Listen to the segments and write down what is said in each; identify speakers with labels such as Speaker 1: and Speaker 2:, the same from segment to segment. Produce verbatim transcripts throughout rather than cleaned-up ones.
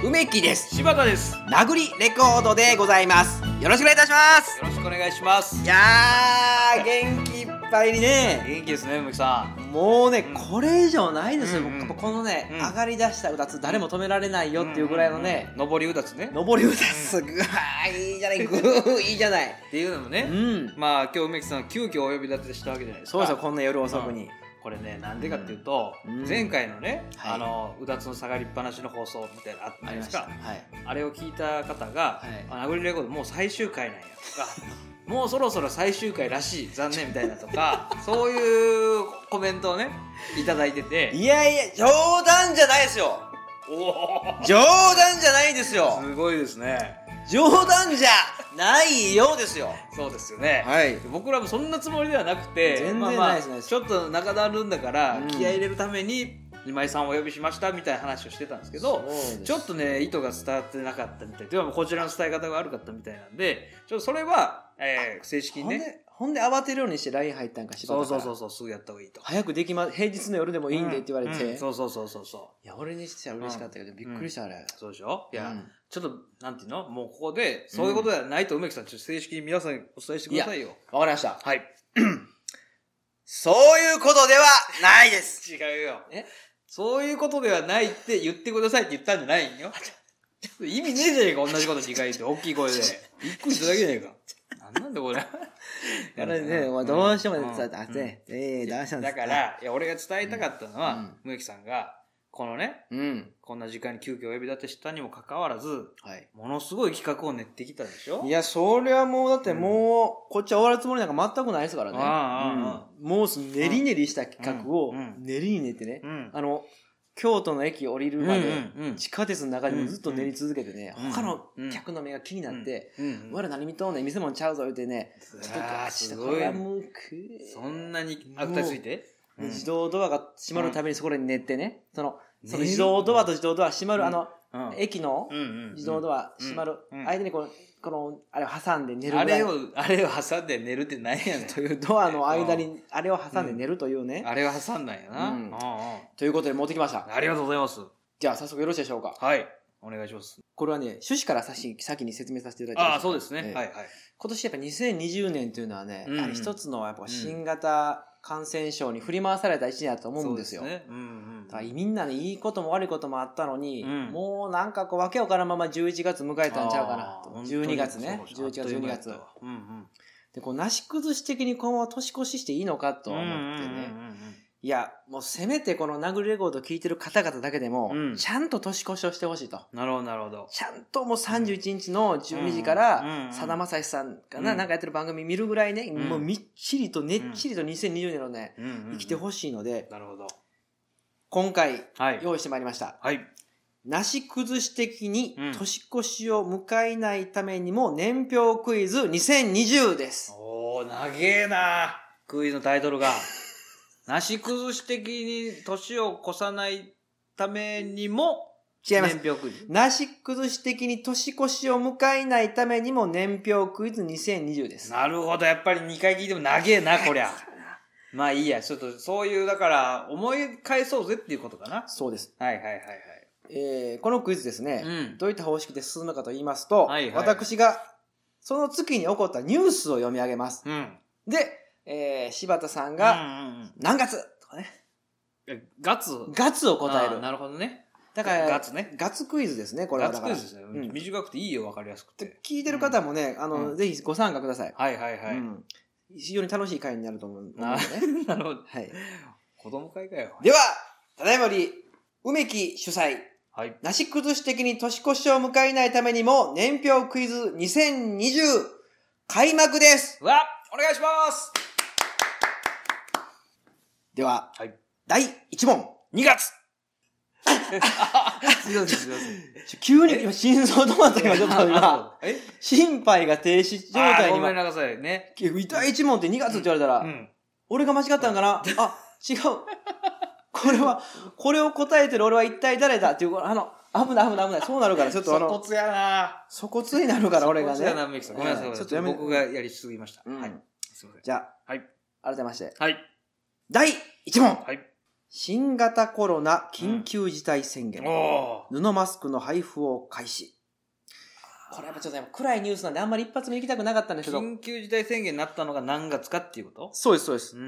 Speaker 1: 梅木です。
Speaker 2: 柴田です。
Speaker 1: 殴りレコードでございます。よろしくお願いいたします。
Speaker 2: よろしくお願いします。
Speaker 1: いやー元気いっぱいにね、
Speaker 2: 元気ですね梅木さん。
Speaker 1: もうね、
Speaker 2: うん、こ
Speaker 1: れ以上ないですよ、
Speaker 2: うんうん、
Speaker 1: このね、
Speaker 2: うん、
Speaker 1: 上がり出したうだつ誰も止められないよっていうぐらいのね、
Speaker 2: うんうんうん、上りうだつね、
Speaker 1: 上りうだつ、ぐわーいいじゃないぐーいいじゃない
Speaker 2: っていうのもね、うん、まあ今日梅木さん急遽お呼び立てしたわけじゃないですか。
Speaker 1: そうですよ、こんな夜遅くに、うん、
Speaker 2: これね、なんでかっていうと、うん、前回のね、はい、あのうだつの下がりっぱなしの放送みたいなのあったじゃないですか。はい、あれを聞いた方が、はい、殴りレコードもう最終回なんやとかもうそろそろ最終回らしい、残念みたいなとかそういうコメントをねいただいてて、
Speaker 1: いやいや冗談じゃないですよ。お冗談じゃないですよ。
Speaker 2: すごいですね。
Speaker 1: 冗談じゃないようですよ。
Speaker 2: そうですよね、
Speaker 1: はい、
Speaker 2: 僕らもそんなつもりではなくて、
Speaker 1: 全然ないですね、まあまあ、
Speaker 2: ちょっと仲だるんだから気合い入れるために今井さんをお呼びしましたみたいな話をしてたんですけど、ちょっとね意図が伝わってなかったみたいで、こちらの伝え方が悪かったみたいなんで、ちょっとそれは、えー、正式にね、
Speaker 1: ほんで慌てるようにして ライン 入ったんか、柴田から。
Speaker 2: そうそうそうそう、すぐやった方がいいと。
Speaker 1: 早くできま、平日の夜でもいいんでって言われて、
Speaker 2: うんうん、そうそうそうそうそう。
Speaker 1: いや俺にしては嬉しかったけど、うん、びっくりしたあれ。
Speaker 2: そうでしょ。いや、うん、ちょっとなんていうの、もうここでそういうことではないと梅木さん、ちょっと正式に皆さんにお伝えしてくださいよ。
Speaker 1: わかりました。
Speaker 2: はい。
Speaker 1: そういうことではないです。
Speaker 2: 違うよ。え？そういうことではないって言ってくださいって言ったんじゃないんよ。意味ねえじゃねえか、同じことにかい言って大きい声で。びっくりしただけじゃねえか。なんなんだこれ。
Speaker 1: やらね、お前どうしてもさ、だって、ええ、どうしたんですか。
Speaker 2: だから、いや、俺が伝えたかったのは、梅木さんが、このね、うん、こんな時間に急遽お呼び立てしたにもかかわらず、はい、ものすごい企画を練ってきたでしょ。
Speaker 1: いや、それはもう、だってもう、こっちは終わるつもりなんか全くないですからね。あうん、もう、練り練りした企画を、練りに練ってね、うん、あの、京都の駅降りるまで、地下鉄の中でもずっと練り続けてね、うんうん、他の客の目が気になって、うんうん、我ら何見とんねん、店もんちゃうぞ言ってね、ちょっとガチでこれはもう
Speaker 2: そんなに悪態ついて、
Speaker 1: うん、自動ドアが閉まるたびにそこで寝てね、その、その自動ドアと自動ドア閉まる、うん、あの、うん、駅の自動ドア閉まる間にこの、この、あれを挟んで寝るぐらい。
Speaker 2: あれを、あれを挟んで寝るって何やねん。
Speaker 1: というドアの間に、あれを挟んで寝るというね。
Speaker 2: うん、あれを挟んだんやな、うん。
Speaker 1: ということで持ってきました。
Speaker 2: ありがとうございます。
Speaker 1: じゃあ早速よろしいでしょうか。
Speaker 2: はい。お願いします。
Speaker 1: これはね、趣旨から先先に説明させていただいてます。
Speaker 2: ああ、そうですね。えー、はいはい。
Speaker 1: 今年やっぱにせんにじゅうねんというのはね、うんうん、やはり一つのやっぱ新型感染症に振り回された一年だと思うんですよ。そうですね。うんうん、だからみんなにいいことも悪いこともあったのに、うん、もうなんかこうわけわからんままじゅういちがつ迎えたんちゃうかなと。じゅうにがつね。じゅういちがつ、じゅうにがつ。うんうん、で、こう、なし崩し的にこのまま年越ししていいのかと思ってね。うんうんうんうん、いや、もうせめてこの殴りレコード聞いてる方々だけでも、うん、ちゃんと年越しをしてほしいと。
Speaker 2: なるほど、なるほど。
Speaker 1: ちゃんともうさんじゅういちにちのじゅうにじから、さだまさしさんかな、うん、なんかやってる番組見るぐらいね、うん、もうみっちりとねっちりとにせんにじゅうねんのね、うん、生きてほしいので、
Speaker 2: なるほど。
Speaker 1: 今回、はい、用意してまいりました。はい。なし崩し的に年越しを迎えないためにも年表クイズにせんにじゅうです。
Speaker 2: おー、長えなクイズのタイトルが。なし崩し的に年を越さないためにも
Speaker 1: 違います。年表クイズ。なし崩し的に年越しを迎えないためにも年表クイズにせんにじゅうです。
Speaker 2: なるほど。やっぱりにかい聞いても長えな、こりゃ。まあいいや。ちょっとそういう、だから思い返そうぜっていうことかな。
Speaker 1: そうです。
Speaker 2: はいはいはいはい。
Speaker 1: えー、このクイズですね、うん、どういった方式で進むかと言いますと、はいはい、私がその月に起こったニュースを読み上げます。うん、で、えー、柴田さんが何月とかね。
Speaker 2: ガツ
Speaker 1: ガツを答える。
Speaker 2: なるほどね。
Speaker 1: だから、
Speaker 2: ガツね。
Speaker 1: ガツクイズですね、これはだから。
Speaker 2: ガツクイズですね。うん、短くていいよ、わかりやすくて。
Speaker 1: 聞いてる方もね、あの、うん、ぜひご参加ください。
Speaker 2: はいはいはい。うん、
Speaker 1: 非常に楽しい会になると思うのでね。
Speaker 2: なるほど。はい。子供会かよ。
Speaker 1: では、ただいまより、梅木主催。はい。なし崩し的に年越しを迎えないためにも、年表クイズにせんにじゅう開幕です。
Speaker 2: うわ、お願いします。
Speaker 1: では、はい、だいいち問。
Speaker 2: にがつすいません、すいません。
Speaker 1: 急に今心臓止まった今ちょっと今、え心肺が停止状態に。
Speaker 2: ごめんなさいね。
Speaker 1: だいいち問ってにがつって言われたら、うんうん、俺が間違ったんかな、あ、違う。これは、これを答えてる俺は一体誰だっていう、あの、危ない危ない危ない。そうなるから、ちょっとあの。
Speaker 2: 粗骨やな
Speaker 1: 粗骨になるから俺がね。
Speaker 2: 粗骨やな、メキさん。ごめんなさい。ちょっと僕がやりすぎました。うん、はい。
Speaker 1: すいません。じゃあ、はい。改めまして。
Speaker 2: はい。
Speaker 1: だいいち問。はい。 新型コロナ緊急事態宣言、うん、布マスクの配布を開始。これやっぱちょっと暗いニュースなんであんまり一発目行きたくなかったんですけど。
Speaker 2: 緊急事態宣言になったのが何月かっていうこと？
Speaker 1: そうです、そうです。
Speaker 2: うんうんうん。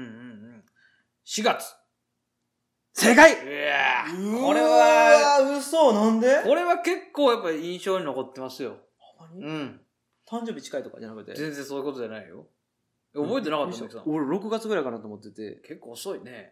Speaker 2: しがつ。
Speaker 1: 正解。
Speaker 2: いや
Speaker 1: ーこれは、嘘、なんで？
Speaker 2: これは結構やっぱり印象に残ってますよ。
Speaker 1: ほんまに？
Speaker 2: うん。
Speaker 1: 誕生日近いとかじゃなくて。
Speaker 2: 全然そういうことじゃないよ。覚えてなかったの？
Speaker 1: 俺ろくがつぐらいかなと思ってて。
Speaker 2: 結構遅いね。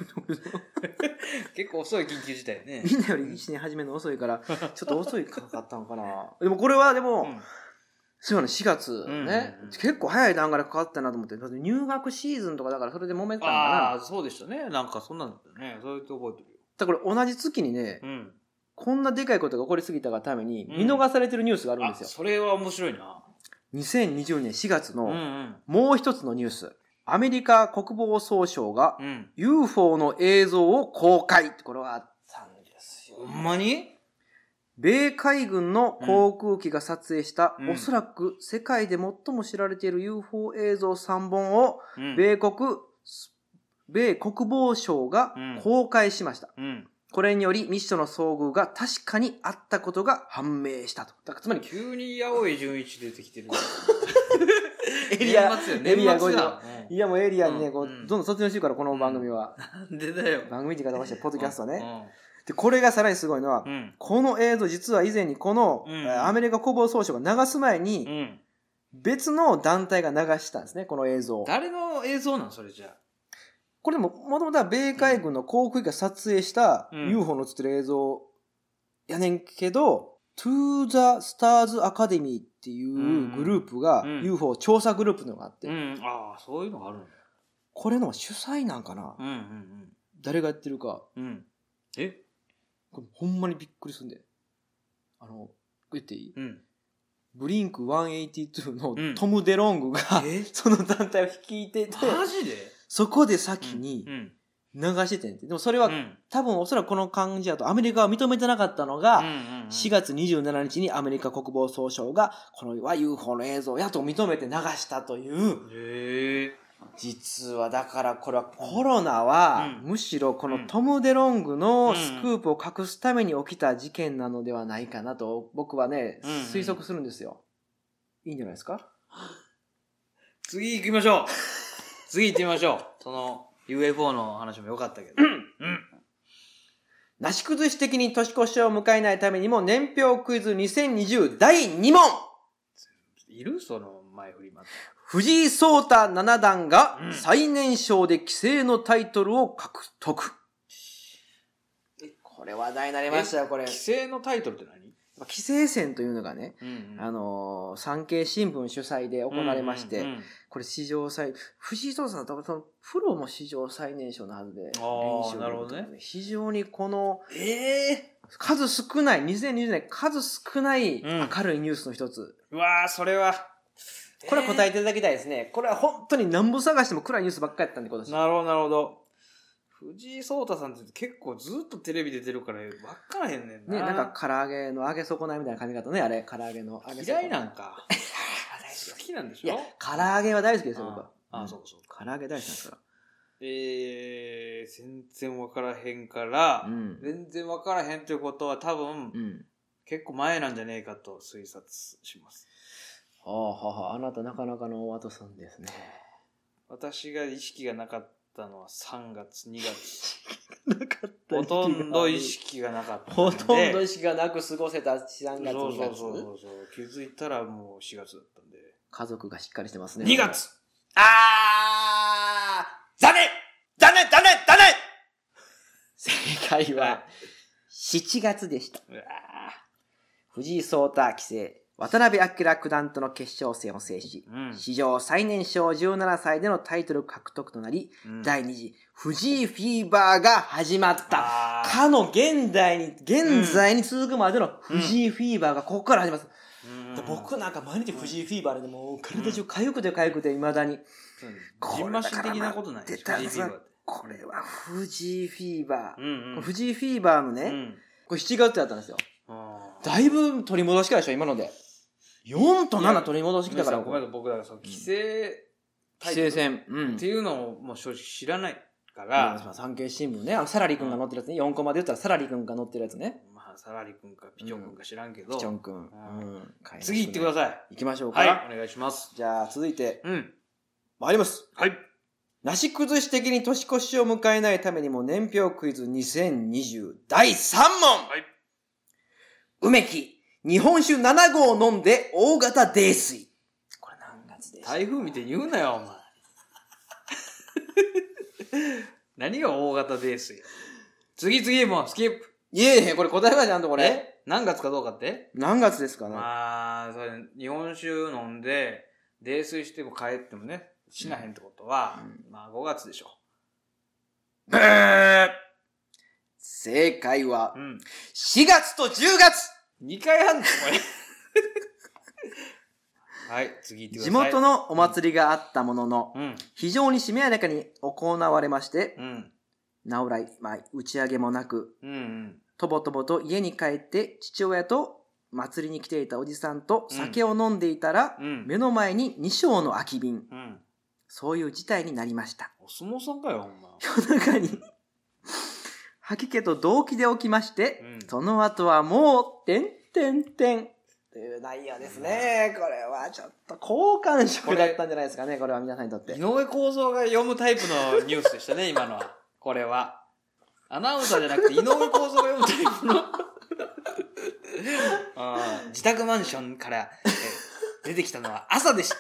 Speaker 2: 結構遅い緊急事態ね。
Speaker 1: みんなよりいちねん始めるの遅いから、ちょっと遅いかかったのかな。でもこれはでも、うん、そうね、しがつね、うんうんうん。結構早い段階でかかったなと思って、入学シーズンとかだからそれで揉めてたのかな。
Speaker 2: ああ、そうでしたね。なんかそんなんだったね。そうやって覚えてるよ。
Speaker 1: だからこれ同じ月にね、うん、こんなでかいことが起こりすぎたがために見逃されてるニュースがあるんですよ。
Speaker 2: うん、それは面白いな。
Speaker 1: にせんにじゅうねんしがつのもう一つのニュース。アメリカ国防総省が ユーフォー の映像を公開ってこれはあったんですよ。
Speaker 2: ほんまに？
Speaker 1: 米海軍の航空機が撮影した、うん、おそらく世界で最も知られている ユーフォー 映像さんぼんを米国、うん、米国防省が公開しました。うんうん、これによりミッションの遭遇が確かにあったことが判明したと。だからつまり
Speaker 2: 急に青井純一出てきてる。
Speaker 1: エリア、エリアごじゅう。いやもうエリアにね、こう、どんどん卒業してるから、この番組は。
Speaker 2: なんでだよ。
Speaker 1: 番組って言い方まして、ポッドキャストね。で、これがさらにすごいのは、この映像、実は以前にこの、アメリカ国防総省が流す前に、別の団体が流したんですね、この映像。
Speaker 2: 誰の映像なんそれじゃあ。
Speaker 1: これでも、もともとは米海軍の航空機が撮影した ユーフォー の映ってる映像やねんけど、To the Stars Academy っていうグループが ユーフォー 調査グループのがあって、
Speaker 2: うんうん、ああそういうのがあるんだ。
Speaker 1: これの主催なんかな、うんうんうん、誰がやってるか、うん、
Speaker 2: え
Speaker 1: これほんまにびっくりするんで、あの言っていい、うん、ブリンクひゃくはちじゅうにのトム・デロングが、うん、その団体を率いてて、
Speaker 2: マジで
Speaker 1: そこで先に、うんうん流しててんて。でもそれは、うん、多分おそらくこの感じだとアメリカは認めてなかったのが、うんうんうん、しがつにじゅうしちにちにアメリカ国防総省がこのは ユーフォー の映像やと認めて流したという。
Speaker 2: へー。
Speaker 1: 実はだからこれはコロナは、うん、むしろこのトム・デロングのスクープを隠すために起きた事件なのではないかなと僕はね、うんうん、推測するんですよ。いいんじゃないですか？
Speaker 2: 次行きましょう。次行ってみましょう。そのユーエフオー の話も良かったけど。うん。うん。
Speaker 1: なし崩し的に年越しを迎えないためにも年表クイズにせんにじゅうだいにもん。
Speaker 2: いるその前振りまで。
Speaker 1: 藤井聡太七段が最年少で棋聖のタイトルを獲得。うん、これ話題になりましたよ、これ。
Speaker 2: 棋聖のタイトルって何？
Speaker 1: 棋聖戦というのがね、うんうん、あのー、産経新聞主催で行われまして、うんうんうん、これ史上最、藤井聡太さんは多分プロも史上最年少のはずで、練
Speaker 2: 習なるほどね。
Speaker 1: 非常にこの、えー、数少ない、にせんにじゅうねん数少ない明るいニュースの一つ。
Speaker 2: うん、うわー、それは。
Speaker 1: これは答えていただきたいですね。これは本当に何部探しても暗いニュースばっかりやったんで、今年。
Speaker 2: なるほど、なるほど。藤井聡太さんって結構ずっとテレビ出てるから分からへんねんな。
Speaker 1: ね、なんか唐揚げの揚げ損ないみたいな髪型ね、あれ。唐揚げの揚げ損ない。
Speaker 2: 嫌いなんか。好きなんでしょ？いや、
Speaker 1: 唐揚げは大好きですよ、僕は。
Speaker 2: ああ、そうそう。
Speaker 1: 唐揚げ大好きなんですから。
Speaker 2: えー、全然分からへんから、うん、全然分からへんということは多分、うん、結構前なんじゃねえかと推察します。
Speaker 1: はあはあ、あなたなかなかのお後さんですね。
Speaker 2: 私が意識がなかったのはさんがつにがつ
Speaker 1: なかった
Speaker 2: ほとんど意識がなかった
Speaker 1: ほとんど意識がなく過ごせたさんがつ
Speaker 2: そうそうそうそう気づいたらもうしがつだったんで
Speaker 1: 家族がしっかりしてますね。
Speaker 2: にがつ
Speaker 1: あー残念残念残念残念正解はしちがつでした。うわ藤井聡太棋聖渡辺明九段との決勝戦を制し、うん、史上最年少じゅうななさいでのタイトル獲得となり、うん、だいに次藤井フィーバーが始まった。かの現代に、現在に続くまでの藤井フィーバーがここから始まった。うん、僕なんか毎日藤井フィーバーでもう体中痒くて痒くて未だに。
Speaker 2: ジンマシン的なことないでしょ。
Speaker 1: これは藤井フィーバー。うんうん、藤井フィーバーのね、うん、これしちがつだったんですよ。だいぶ取り戻しからでしょ、今ので。よんとなな取り戻してきたから。
Speaker 2: ごめんなさい、僕だからその規制、
Speaker 1: 規制戦、
Speaker 2: うん、っていうのをもう正直知らないから、
Speaker 1: 産経新聞ね、あのサラリー君が載ってるやつね、よんコマで言ったらサラリー君が載ってるやつね。
Speaker 2: まあサラリー君かピチョン君か知らんけど、
Speaker 1: ピチョン君、うん、
Speaker 2: 次行ってください。
Speaker 1: 行きましょうか。
Speaker 2: はい、お願いします。
Speaker 1: じゃあ続いて、
Speaker 2: うん、
Speaker 1: 参ります。
Speaker 2: はい。
Speaker 1: なし崩し的に年越しを迎えないためにも年表クイズにせんにじゅうだいさん問。はい。梅木、日本酒ななごう飲んで大型泥酔。これ何月でした？
Speaker 2: 台風見て言うなよ、お前。何が大型泥酔？次次もうスキップ。
Speaker 1: いえいえ、これ答えがちゃんとこれ。
Speaker 2: え？何月かどうかって？
Speaker 1: 何月ですかね。
Speaker 2: まあ、それ日本酒飲んで泥酔しても帰ってもね、しなへんってことは、うん、まあごがつでしょ。
Speaker 1: ブー！正解は、うん、しがつとじゅうがつ！
Speaker 2: にかいあんのこれ。はい、次行ってください。
Speaker 1: 地元のお祭りがあったものの、うん、非常にしめやかに行われまして、うん、なおらい、まあ、打ち上げもなく、うんうん、とぼとぼと家に帰って父親と祭りに来ていたおじさんと酒を飲んでいたら、うん、目の前にに升の空き瓶、うん、そういう事態になりました。
Speaker 2: お相撲さんかよ、ほんま。
Speaker 1: 夜中に吐き気と動悸で起きまして、うん、その後はもう、てんてんてん。という内容ですね。これはちょっと好感触だったんじゃないですかね。これは皆さんにとって。
Speaker 2: 井上公造が読むタイプのニュースでしたね、今のは。これは。アナウンサーじゃなくて井上公造が読むタイプのあ。自宅マンションから出てきたのは朝でした。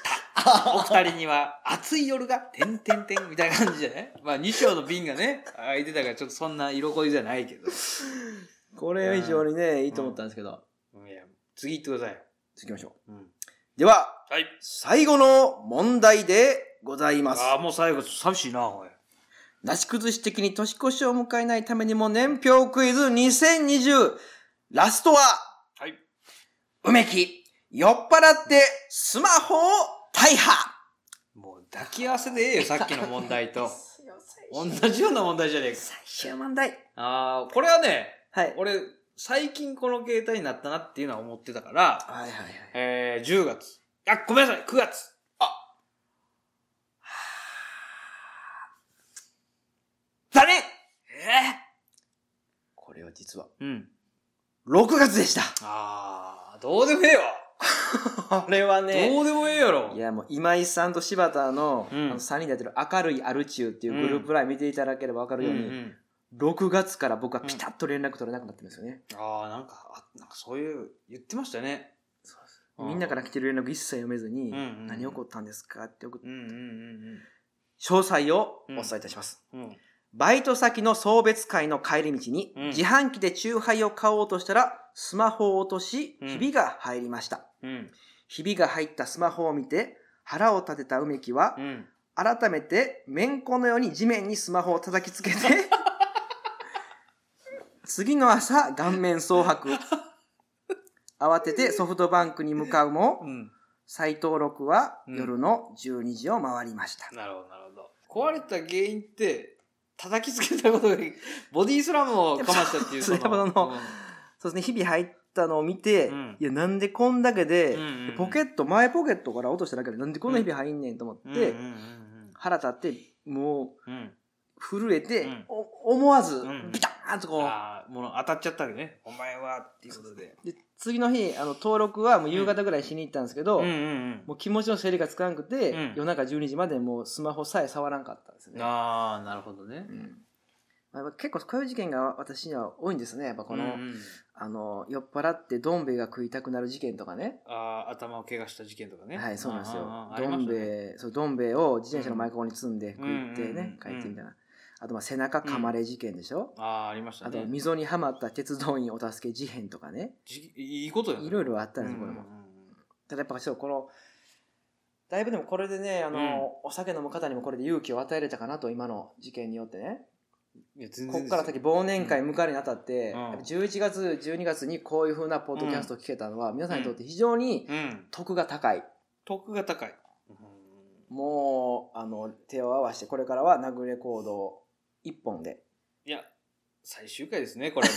Speaker 2: お二人には暑い夜がてんてんてんみたいな感じでね。まあに升の瓶がね、開いてたからちょっとそんな色恋じゃないけど。
Speaker 1: これは非常にね、いいと思ったんですけど。
Speaker 2: うん、いや次行ってください。
Speaker 1: 次行きましょう。うん、では、はい、最後の問題でございます。
Speaker 2: ああ、もう最後、寂しいな、おい。
Speaker 1: なし崩し的に年越しを迎えないためにも年表クイズにせんにじゅう。ラストは、はい。梅木、酔っ払ってスマホを大破。
Speaker 2: もう抱き合わせでええよ、さっきの問題と。同じような問題じゃねえか。
Speaker 1: 最終問題。
Speaker 2: ああ、これはね、はい。俺、最近この携帯になったなっていうのは思ってたから、はいはいはい。えー、じゅうがつ。あ、ごめんなさい、くがつ。あ残念えー、
Speaker 1: これは実は、うん。ろくがつでした。
Speaker 2: あー、どうでもええわ。
Speaker 1: あれはね。
Speaker 2: どうでもええやろ。
Speaker 1: いやもう今井さんと柴田の、うん、あのさんにんでやってる明るいアルチューっていうグループライン見ていただければ分かるように、うんうん、ろくがつから僕はピタッと連絡取れなくなってるんですよね。
Speaker 2: うん、ああ、なんか、あ、なんかそういう言ってましたね。
Speaker 1: そうです。みんなから来てる連絡一切読めずに、うんうん、何起こったんですかって送って、うんうんうんうん、詳細をお伝えいたします。うんうん、バイト先の送別会の帰り道に、うん、自販機でチューハイを買おうとしたら、スマホを落とし、ひびが入りました。うん、ひびが入ったスマホを見て、腹を立てた梅木は、うん、改めて、めんこのように地面にスマホを叩きつけて、次の朝、顔面蒼白。慌ててソフトバンクに向かうも、うん、再登録は夜のじゅうにじを回りました。
Speaker 2: うん、なるほど、なるほど。壊れた原因って、叩きつけたことが、ボディスラムをかましたっていうその。
Speaker 1: そうの、うん、そうですね、日々入ったのを見て、うん、いや、なんでこんだけで、うんうんうん、ポケット、前ポケットから落としただけで、なんでこんな日々入んねんと思って、腹立って、もう、うん震えて、うん、思わず、ビターンとこう、うん、
Speaker 2: ああ、もう当たっちゃったわけね。お前は、っていうことで。
Speaker 1: で、次の日、あの、登録はもう夕方ぐらいしに行ったんですけど、うんうんうん、もう気持ちの整理がつかんくて、うん、夜中じゅうにじまでもうスマホさえ触らんかったんですね。
Speaker 2: ああ、なるほどね。うん
Speaker 1: まあ、結構こういう事件が私には多いんですね。やっぱこの、うんうん、あの、酔っ払ってどん兵衛が食いたくなる事件とかね。
Speaker 2: ああ、頭を怪我した事件とかね。
Speaker 1: はい、そうなんですよ。どん兵衛、そう、どん兵衛を自転車の前かごに積んで食いってね、帰ってみたいな。あとまあ背中噛まれ事件でしょ、
Speaker 2: うん、ああ、ありましたね。
Speaker 1: あと溝にはまった鉄道員お助け事変とかね。
Speaker 2: いいことだよね。
Speaker 1: いろいろあったんですよ、これも。ただやっぱそう、この、だいぶでもこれでね、あの、うん、お酒飲む方にもこれで勇気を与えれたかなと、今の事件によってね。いや全然こっから先忘年会迎えるにあたって、うん、じゅういちがつ、じゅうにがつにこういう風なポッドキャストを聞けたのは、うん、皆さんにとって非常に得が高い。うん、
Speaker 2: 得が高い。
Speaker 1: もう、あの、手を合わせて、これからはナグレコード一本で。
Speaker 2: いや、最終回ですね、これも。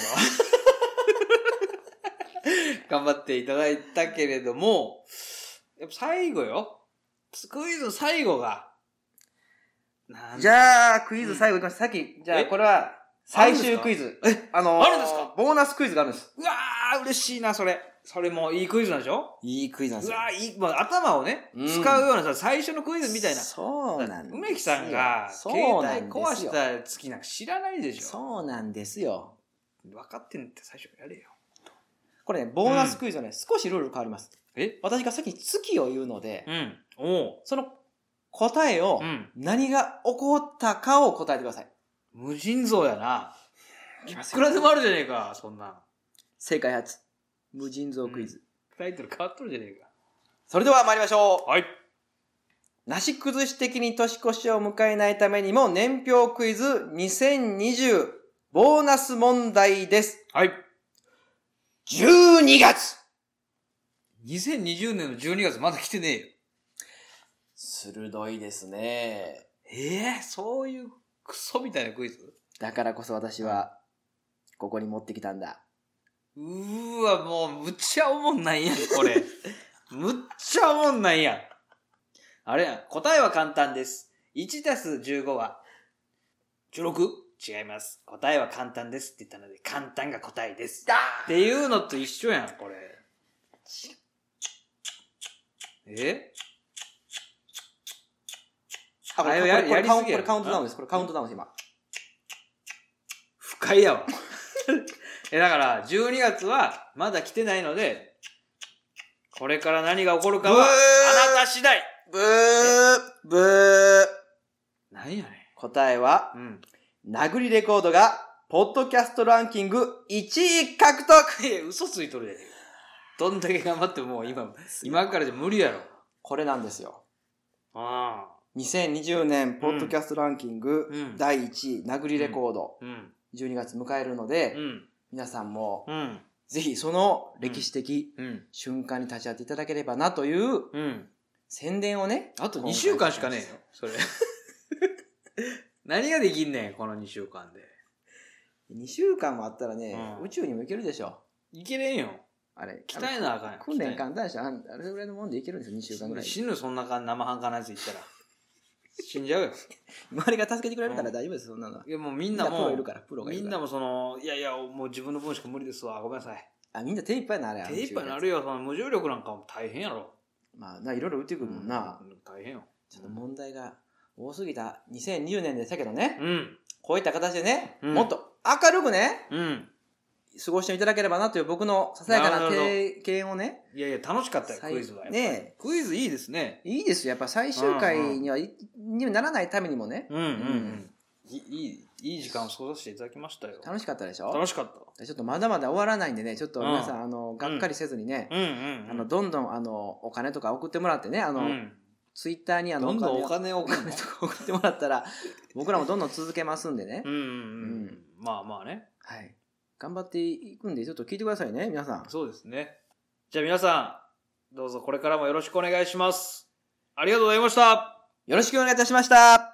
Speaker 2: 頑張っていただいたけれども、やっぱ最後よ。クイズの最後が、
Speaker 1: じゃあ、クイズ最後いきます。さっき、じゃあ、これは、最終クイズ。
Speaker 2: え、
Speaker 1: あのー、
Speaker 2: あるんですか？
Speaker 1: ボーナスクイズがあるんです。
Speaker 2: うわー、嬉しいな、それ。それもいいクイズなんでしょ？
Speaker 1: いいクイズなんですよ。
Speaker 2: うわー、いい、まあ、頭をね、うん、使うようなさ、最初のクイズみたいな。
Speaker 1: そうなんですよ。
Speaker 2: 梅木さんが、携帯壊した月なんか知らないでしょ。
Speaker 1: そうなんですよ。
Speaker 2: 分かってんって最初やれよ。
Speaker 1: これね、ボーナスクイズはね、うん、少しルール変わります。
Speaker 2: え？
Speaker 1: 私が先に月を言うので、
Speaker 2: うん。お
Speaker 1: その答えを、何が起こったかを答えてください。
Speaker 2: 無尽蔵やな。いくらでもあるじゃねえか、そんな。
Speaker 1: 正解発。無尽蔵クイズ、うん。
Speaker 2: タイトル変わっとるじゃねえか。
Speaker 1: それでは参りましょう。
Speaker 2: はい。
Speaker 1: なし崩し的に年越しを迎えないためにも年表クイズにせんにじゅうボーナス問題です。
Speaker 2: はい。
Speaker 1: じゅうにがつ。
Speaker 2: にせんにじゅうねんのじゅうにがつまだ来てねえよ。
Speaker 1: 鋭いですね。
Speaker 2: ええー、そういうクソみたいなクイズ？
Speaker 1: だからこそ私はここに持ってきたんだ。
Speaker 2: うーわ、もうむっちゃおもんないやん、これ。むっちゃおもんないやん。あれやん、答えは簡単です。いちたすじゅうごはじゅうろく？違います。答えは簡単ですって言ったので、簡単が答えです。っていうのと一緒やん、これ。え？
Speaker 1: あ、これ、やりすぎや。これカウントダウンです。これカウントダウンです、今。
Speaker 2: 深いやわ。え、だから、じゅうにがつはまだ来てないので、これから何が起こるかは、あなた次第。
Speaker 1: ブーブー。
Speaker 2: 何やねん。
Speaker 1: 答えは、うん、殴りレコードが、ポッドキャストランキングいちい獲得。
Speaker 2: いや、嘘ついとるやん。どんだけ頑張ってももう今、今からじゃ無理やろ。
Speaker 1: これなんですよ。
Speaker 2: ああ。
Speaker 1: にせんにじゅうねんポッドキャストランキングだいいちい、殴りレコード、うん、じゅうにがつ迎えるので、うん、皆さんも、うん、ぜひその歴史的瞬間に立ち会っていただければなという、うん、宣伝をね。
Speaker 2: あとにしゅうかんしかねえよ、それ。何ができんねん、このにしゅうかんで。
Speaker 1: にしゅうかんもあったらね、うん、宇宙にも行けるでしょ。
Speaker 2: 行けれんよ。
Speaker 1: あれ、
Speaker 2: 鍛えなあかんよ。
Speaker 1: 訓練簡単でしょ。あれぐらいのもんでいけるんですよ、にしゅうかんぐらい。
Speaker 2: 死ぬ、そんな生半可なやつ言ったら。死んじゃうよ。
Speaker 1: 周りが助けてくれるから大丈夫です、そんなの。
Speaker 2: いや、もうみんなも、
Speaker 1: プロいるから、プロがいるから。
Speaker 2: みんなもその、いやいや、もう自分の分しか無理ですわ、ごめんなさい。
Speaker 1: あ、みんな手いっぱいなるやん。
Speaker 2: 手いっぱいなるよ、その無重力なんかも大変やろ。
Speaker 1: まあ、いろいろ打ってくるもんな。
Speaker 2: うん、大変よ。
Speaker 1: ちょっと問題が多すぎたにせんにじゅうねんでしたけどね。
Speaker 2: うん。
Speaker 1: こういった形でね、うん、もっと明るくね、
Speaker 2: うん。
Speaker 1: 過ごしていただければなという僕のささやかな提言をね。
Speaker 2: いやいや、楽しかったよ、クイズは。ね、クイズいいですね。
Speaker 1: いいですよ。やっぱ最終回には、にならないためにもね。
Speaker 2: うんうんうん。いい、いい時間を過ごさせていただきましたよ。
Speaker 1: 楽しかったでしょ？
Speaker 2: 楽しかった。
Speaker 1: ちょっとまだまだ終わらないんでね、ちょっと皆さん、あの、がっかりせずにね、あの、どんどん、あの、お金とか送ってもらってね、あの、ツイッターにあの、
Speaker 2: どんどんお金を
Speaker 1: お金とか送ってもらったら、僕らもどんどん続けますんでね。
Speaker 2: うんうんうん。まあまあね。
Speaker 1: はい。頑張っていくんで、ちょっと聞いてくださいね、皆さん。
Speaker 2: そうですね。じゃあ皆さん、どうぞこれからもよろしくお願いします。ありがとうございました。
Speaker 1: よろしくお願いいたしました。